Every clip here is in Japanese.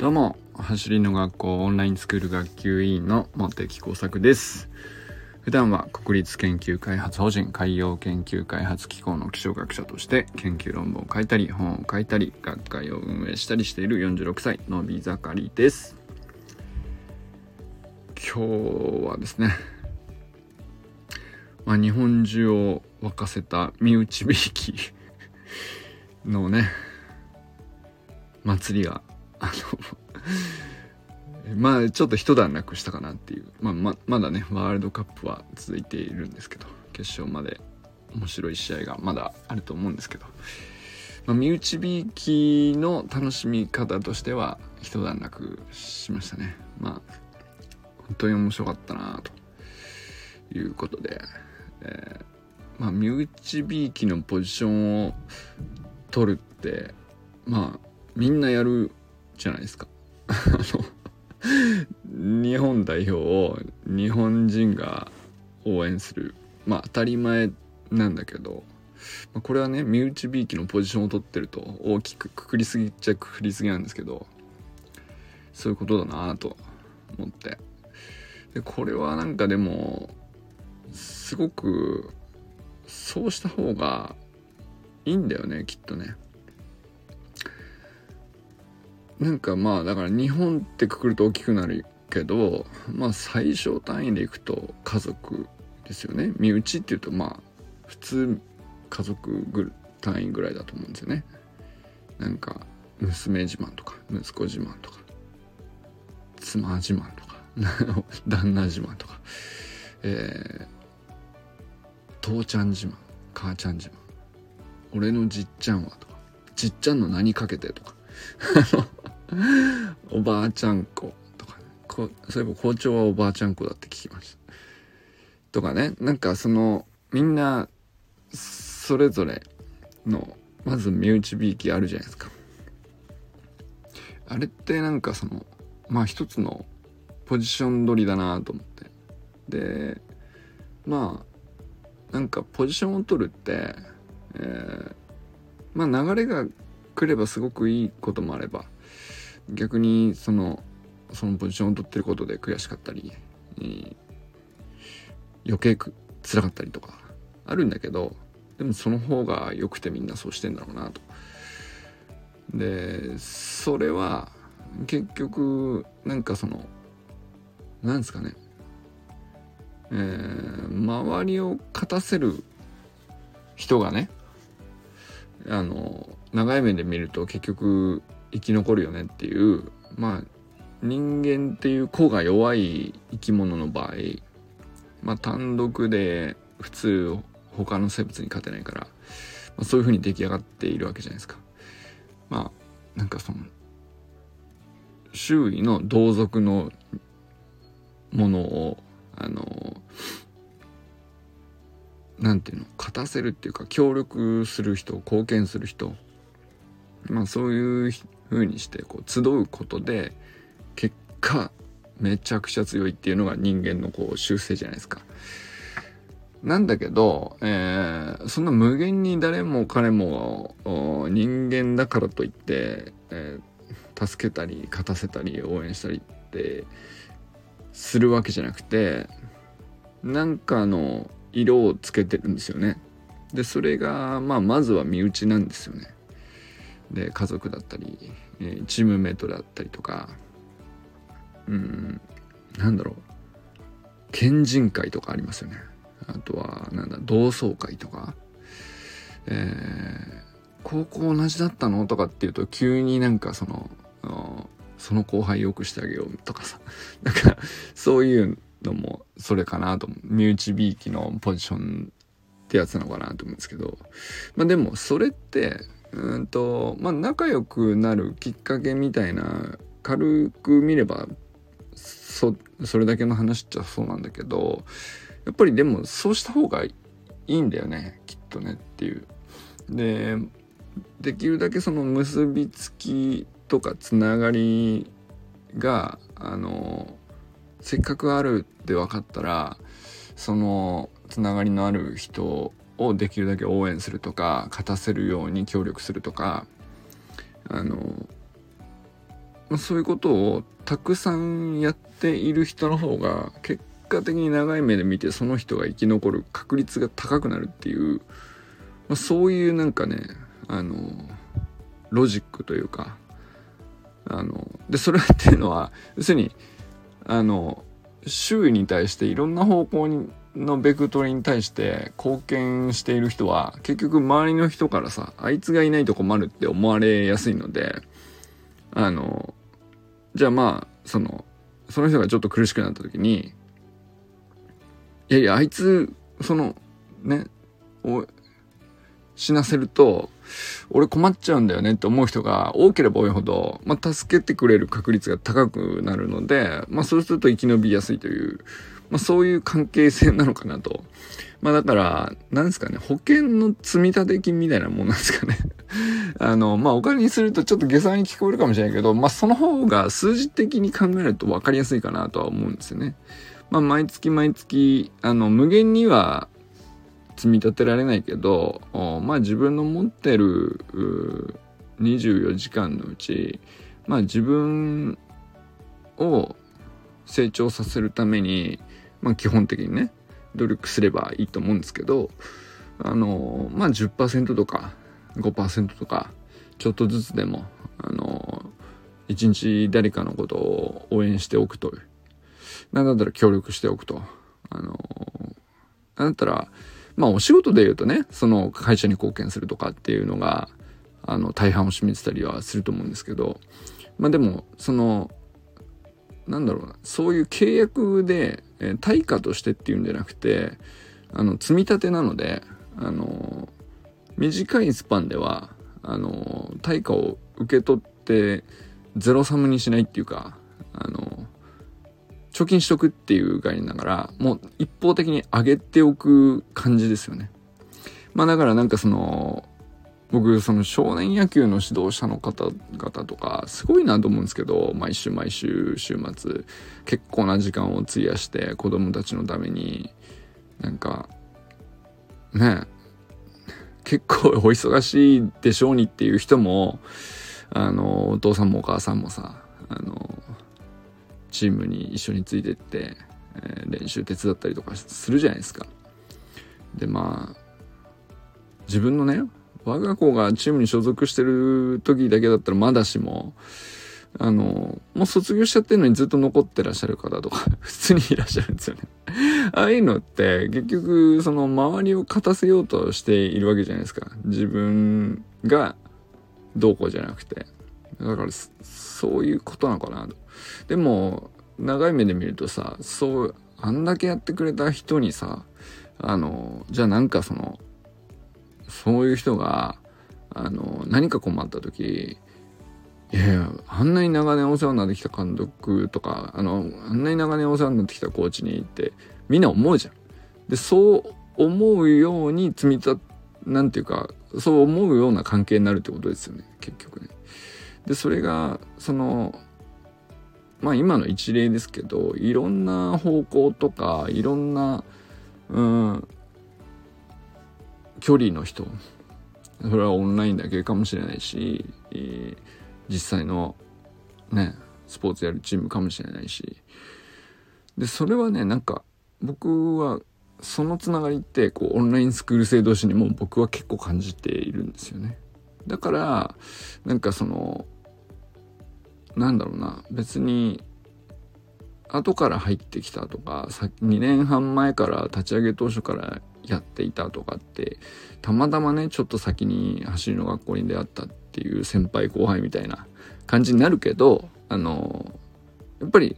どうも、走りの学校オンラインスクール学級委員の茂木耕作です。普段は国立研究開発法人海洋研究開発機構の気象学者として研究論文を書いたり本を書いたり学会を運営したりしている46歳のび盛りです。今日はですね、日本中を沸かせた身内びいきのね祭りがちょっと一段落したかなっていう、まだねワールドカップは続いているんですけど、決勝まで面白い試合がまだあると思うんですけど、身内びいきの楽しみ方としては一段落しましたね。本当に面白かったなということで、身内びいきのポジションを取るってみんなやるじゃないですか日本代表を日本人が応援する、当たり前なんだけど、これはね身内びいきのポジションを取ってると大きくくくりすぎっちゃくくりすぎなんですけど、そういうことだなと思って、でこれはでもすごくそうした方がいいんだよね、きっとね。だから日本ってくくると大きくなるけど、最小単位でいくと家族ですよね。身内っていうと普通家族単位ぐらいだと思うんですよね。娘自慢とか息子自慢とか妻自慢とか旦那自慢とか、父ちゃん自慢母ちゃん自慢、俺のじっちゃんはとか、じっちゃんの名にかけてとかおばあちゃん子とか、そういえば校長はおばあちゃん子だって聞きましたとかね。みんなそれぞれのまず身内びいきあるじゃないですか。あれって一つのポジション取りだなと思って、でポジションを取るって、流れが来ればすごくいいこともあれば、逆にそのポジションを取ってることで悔しかったり、余計辛かったりとかあるんだけど、でもその方が良くてみんなそうしてんだろうなと。でそれは結局なんですかね、周りを勝たせる人がね、長い目で見ると結局生き残るよねっていう、人間っていう個が弱い生き物の場合、単独で普通他の生物に勝てないから、そういう風に出来上がっているわけじゃないですか。周囲の同族のものを勝たせるっていうか、協力する人、貢献する人、そういう風にして集うことで結果めちゃくちゃ強いっていうのが人間の習性じゃないですか。なんだけど、そんな無限に誰も彼も人間だからといって、助けたり勝たせたり応援したりってするわけじゃなくて、の色をつけてるんですよね。でそれがまずは身内なんですよね。で家族だったり、チームメイトだったりとか、県人会とかありますよね。あとは同窓会とか、高校同じだったのとかっていうと急にその後輩よくしてあげようとかさ、そういうのもそれかなと思う。身内びいきのポジションってやつなのかなと思うんですけど、でもそれって仲良くなるきっかけみたいな、軽く見ればそれだけの話っちゃそうなんだけど、やっぱりでもそうした方がいいんだよね、きっとねっていう。でできるだけその結びつきとかつながりがせっかくあるって分かったら、そのつながりのある人をできるだけ応援するとか、勝たせるように協力するとか、 そういうことをたくさんやっている人の方が結果的に長い目で見てその人が生き残る確率が高くなるっていう、そういうなんかねロジックというかでそれっていうのは要するに周囲に対していろんな方向のベクトルに対して貢献している人は結局周りの人からさあいつがいないと困るって思われやすいのでじゃあまあその人がちょっと苦しくなった時にいやいやあいつそのねを死なせると俺困っちゃうんだよねって思う人が多ければ多いほど、助けてくれる確率が高くなるので、そうすると生き延びやすいという、そういう関係性なのかなと。だからなんですかね、保険の積立金みたいなもんなんですかねお金にするとちょっと下算に聞こえるかもしれないけど、その方が数字的に考えると分かりやすいかなとは思うんですよね。毎月毎月無限には積み立てられないけど、自分の持ってる24時間のうち、自分を成長させるために、基本的にね努力すればいいと思うんですけど、10% とか 5% とかちょっとずつでも一日誰かのことを応援しておくと、なんだったら協力しておくと、なんだったらお仕事で言うとね、その会社に貢献するとかっていうのが大半を占めてたりはすると思うんですけど、でもそういう契約で対価としてっていうんじゃなくて積み立てなので短いスパンでは対価を受け取ってゼロサムにしないっていうか貯金しとくっていう概念だからもう一方的に上げておく感じですよね。だから僕その少年野球の指導者の方々とかすごいなと思うんですけど、毎週週末結構な時間を費やして子供たちのために結構お忙しいでしょうにっていう人もお父さんもお母さんもさチームに一緒についてって、練習手伝ったりとかするじゃないですか。で自分のね我が子がチームに所属してる時だけだったらまだしももう卒業しちゃってるのにずっと残ってらっしゃる方とか普通にいらっしゃるんですよねああいうのって結局その周りを勝たせようとしているわけじゃないですか。自分がどうこうじゃなくて、だからそういうことなのかなと。でも長い目で見るとさ、あんだけやってくれた人にさじゃあそういう人が何か困った時、いやあんなに長年お世話になってきた監督とかあんなに長年お世話になってきたコーチにってみんな思うじゃん。でそう思うようになんていうかそう思うような関係になるってことですよね、結局ね。でそれが今の一例ですけど、いろんな方向とかいろんな距離の人、それはオンラインだけかもしれないし、実際のねスポーツやるチームかもしれないし、でそれはね僕はそのつながりってオンラインスクール生同士にも僕は結構感じているんですよね。だから別に後から入ってきたとか2年半前から立ち上げ当初からやっていたとかってたまたまねちょっと先に走りの学校に出会ったっていう先輩後輩みたいな感じになるけどやっぱり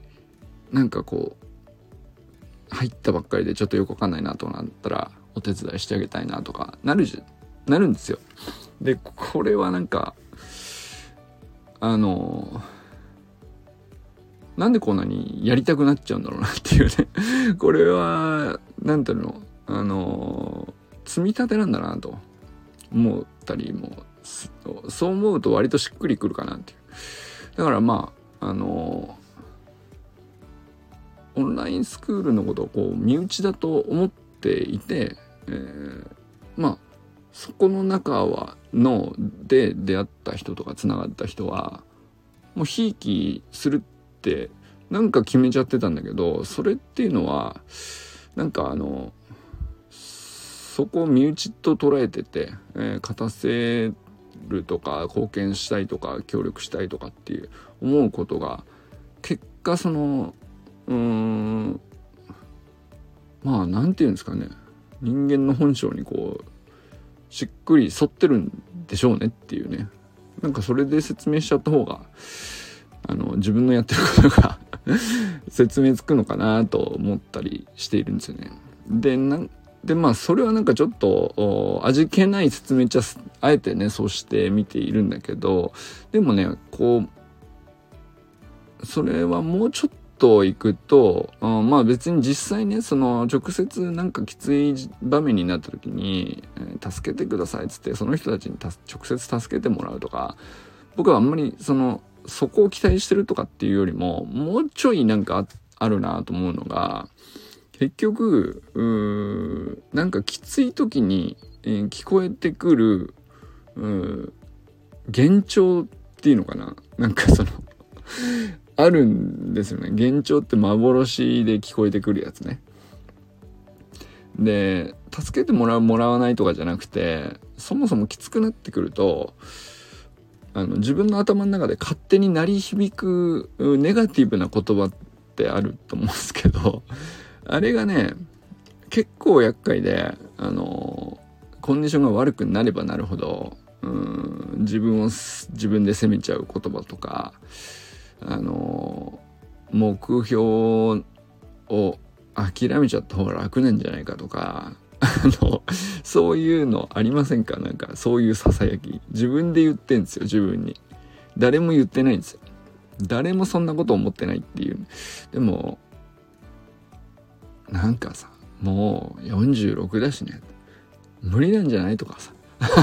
入ったばっかりでちょっとよくわかんないなとなったらお手伝いしてあげたいなとかなるんですよ。でこれはなんでこんなにやりたくなっちゃうんだろうなっていうねこれは積み立てなんだなと思ったりも、そう思うと割としっくりくるかなっていう。だからオンラインスクールのことを身内だと思っていて、そこの中で出会った人とかつながった人はもうひいきするってなんか決めちゃってたんだけど、それっていうのはなんかそこを身内と捉えてて、勝たせるとか貢献したいとか協力したいとかっていう思うことが結果まあなんていうんですかね、人間の本性にこうしっくり沿ってるんでしょうねっていうね、なんかそれで説明しちゃった方が自分のやってることが説明つくのかなと思ったりしているんですよね。でまあそれはなんかちょっと味気ない説明あえてねそうして見ているんだけど、でもねこうそれはもうちょっと行くと、まあ別に実際ねその直接なんかきつい場面になった時に、助けてくださいっつってその人たちに直接助けてもらうとか、僕はあんまりそこを期待してるとかっていうよりももうちょいなんかあるなと思うのが、結局なんかきつい時に、聞こえてくる幻聴っていうのかな、なんかあるんですよね。幻聴って幻で聞こえてくるやつね。で助けてもらわないとかじゃなくて、そもそもきつくなってくると自分の頭の中で勝手に鳴り響くネガティブな言葉ってあると思うんですけど、あれがね結構厄介で、コンディションが悪くなればなるほど自分で責めちゃう言葉とか目標を諦めちゃった方が楽なんじゃないかとかそういうのありませんか？なんかそういうささやき自分で言ってんですよ。自分に誰も言ってないんですよ。誰もそんなこと思ってないっていう。でもなんかさ、もう46だしね無理なんじゃないとかさ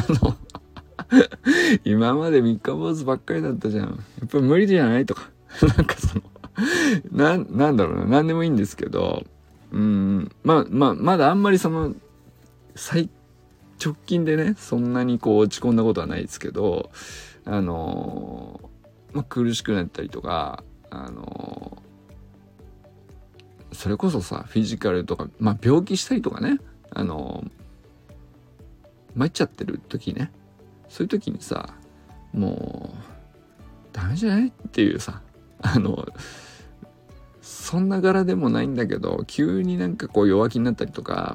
今まで三日坊主ばっかりだったじゃん、やっぱり無理じゃないとかなんかなんだろうな、何でもいいんですけど、まだあんまり直近でねそんなにこう落ち込んだことはないですけど、苦しくなったりとかそれこそさフィジカルとか、病気したりとかね参っちゃってる時ね、そういう時にさもうダメじゃないっていうさそんな柄でもないんだけど急になんかこう弱気になったりとか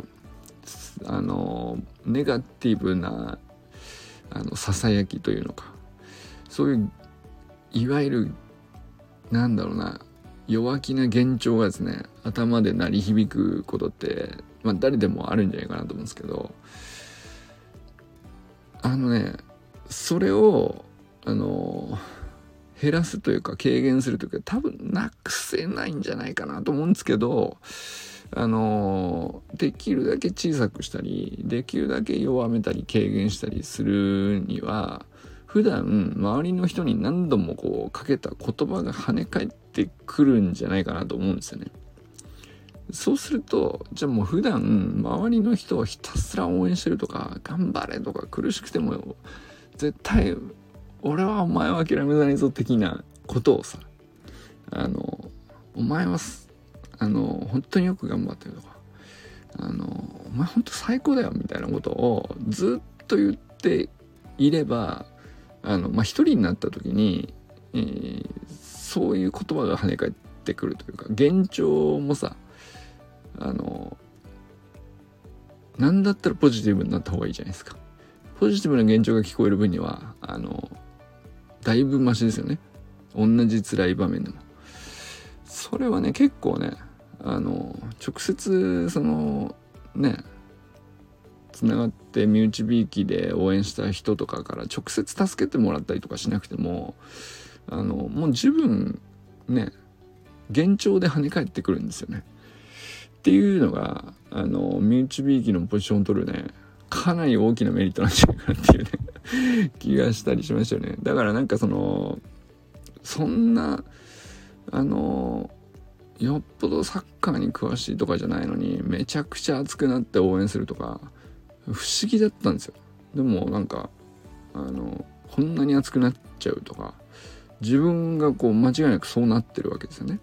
ネガティブなささやきというのか、そういういわゆるなんだろうな弱気な幻聴がですね頭で鳴り響くことって、誰でもあるんじゃないかなと思うんですけど、それを減らすというか軽減するというか多分なくせないんじゃないかなと思うんですけど、できるだけ小さくしたりできるだけ弱めたり軽減したりするには普段周りの人に何度もこうかけた言葉が跳ね返ってくるんじゃないかなと思うんですよね。そうするとじゃあもう普段周りの人をひたすら応援してるとか頑張れとか苦しくても絶対俺はお前は諦めないぞ的なことをさお前は本当によく頑張ってるとかお前本当最高だよみたいなことをずっと言っていれば一人になった時に、そういう言葉が跳ね返ってくるというか幻聴もさなんだったらポジティブになった方がいいじゃないですか。ポジティブな幻聴が聞こえる分にはだいぶマシですよね。同じ辛い場面でもそれはね結構ね直接つながって身内びいきで応援した人とかから直接助けてもらったりとかしなくてももう十分ね幻聴で跳ね返ってくるんですよねっていうのが身内びいきのポジションを取るねかなり大きなメリットなんじゃないかなっていうね気がしたりしましたよね。だからなんかそんなよっぽどサッカーに詳しいとかじゃないのにめちゃくちゃ熱くなって応援するとか不思議だったんですよ。でもなんかこんなに熱くなっちゃうとか自分がこう間違いなくそうなってるわけですよね。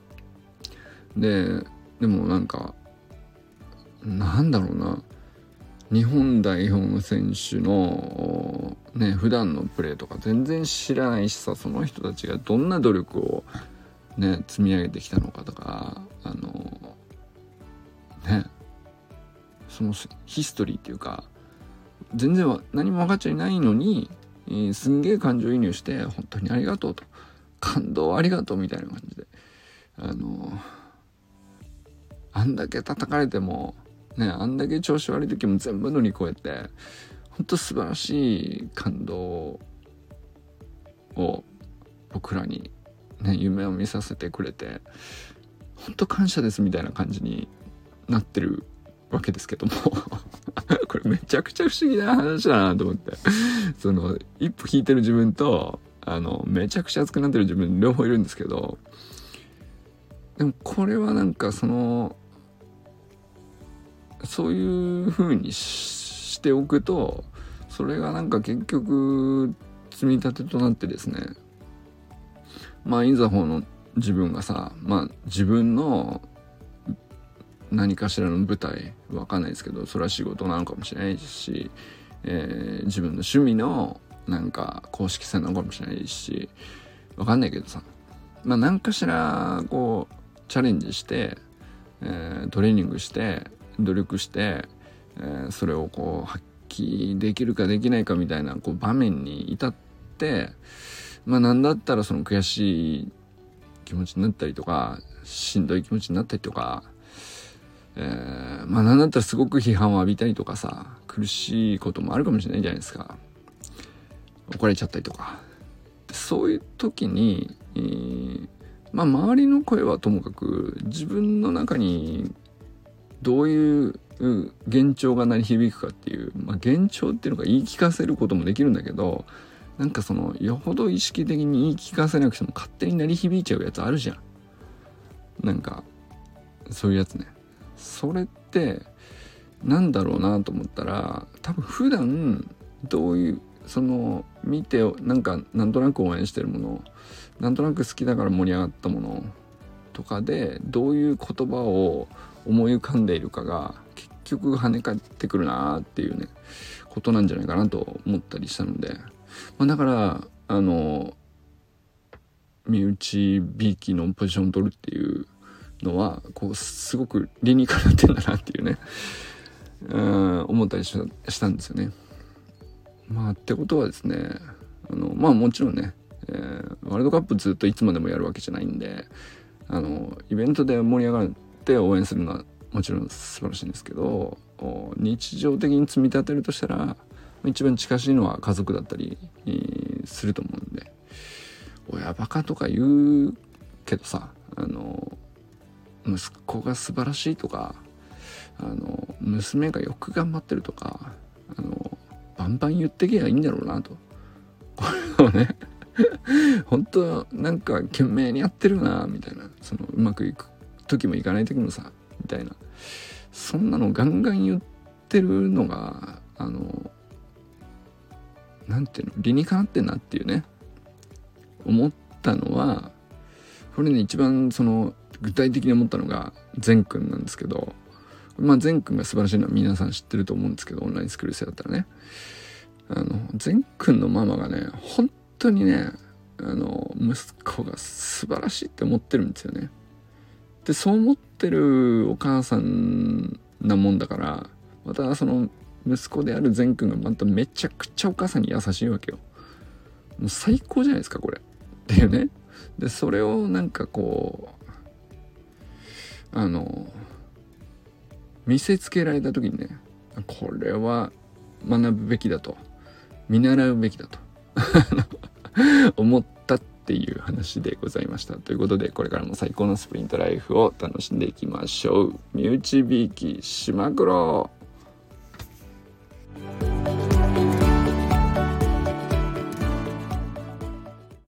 でもなんかなんだろうな、日本代表の選手のね普段のプレーとか全然知らないしさ、その人たちがどんな努力をね積み上げてきたのかとかねそのヒストリーっていうか全然何も分かっちゃいないのに、すんげえ感情移入して本当にありがとうと、感動ありがとうみたいな感じであんだけ叩かれてもね、あんだけ調子悪い時も全部乗り越えて本当素晴らしい感動を僕らにね夢を見させてくれて本当感謝ですみたいな感じになってるわけですけどもこれめちゃくちゃ不思議な話だなと思って、その一歩引いてる自分とめちゃくちゃ熱くなってる自分両方いるんですけど、でもこれはなんかそういう風にしておくと、それがなんか結局積み立てとなってですね、いざほの自分がさ、自分の何かしらの舞台わかんないですけど、それは仕事なのかもしれないし、自分の趣味のなんか公式戦なのかもしれないし、わかんないけどさ、何かしらこうチャレンジして、トレーニングして努力して、それをこう発揮できるかできないかみたいなこう場面に至って、なんだったらその悔しい気持ちになったりとか、しんどい気持ちになったりとか、なんだったらすごく批判を浴びたりとかさ、苦しいこともあるかもしれないじゃないですか。怒られちゃったりとか、そういう時に、周りの声はともかく自分の中にどういう幻聴が鳴り響くかっていう、幻聴っていうのが言い聞かせることもできるんだけど、なんかよほど意識的に言い聞かせなくても勝手に鳴り響いちゃうやつあるじゃん。なんかそういうやつね。それってなんだろうなと思ったら、多分普段どういう見てなんとなく応援してるもの、なんとなく好きだから盛り上がったものとかでどういう言葉を思い浮かんでいるかが結局跳ね返ってくるなっていうねことなんじゃないかなと思ったりしたので、だから身内びいきのポジションを取るっていうのはこうすごく理にかなってんだなっていうね思ったりしたんですよね。ってことはですね、もちろんね、ワールドカップずっといつまでもやるわけじゃないんで、イベントで盛り上がって応援するのはもちろん素晴らしいんですけど、日常的に積み立てるとしたら一番近しいのは家族だったりすると思うんで、親バカとか言うけどさ、息子が素晴らしいとか、娘がよく頑張ってるとか、バンバン言ってけばいいんだろうなと。これをね本当なんか懸命にやってるなみたいな、うまくいく時もいかない時もさみたいな、そんなのガンガン言ってるのがなんていうの、理にかなってんなっていうね思ったのは、これね一番具体的に思ったのが善くんなんですけど、善くんが素晴らしいのは皆さん知ってると思うんですけど、オンラインスクール生だったらね、善くんのママがね本当にね息子が素晴らしいって思ってるんですよね。でそう思ってるお母さんなもんだから、また息子である善くんがまためちゃくちゃお母さんに優しいわけよ。もう最高じゃないですかこれっていうね。でそれをなんかこう見せつけられた時にね、これは学ぶべきだと、見習うべきだと思ったっていう話でございました。ということでこれからも最高のスプリントライフを楽しんでいきましょう。身内びいきしまくろう。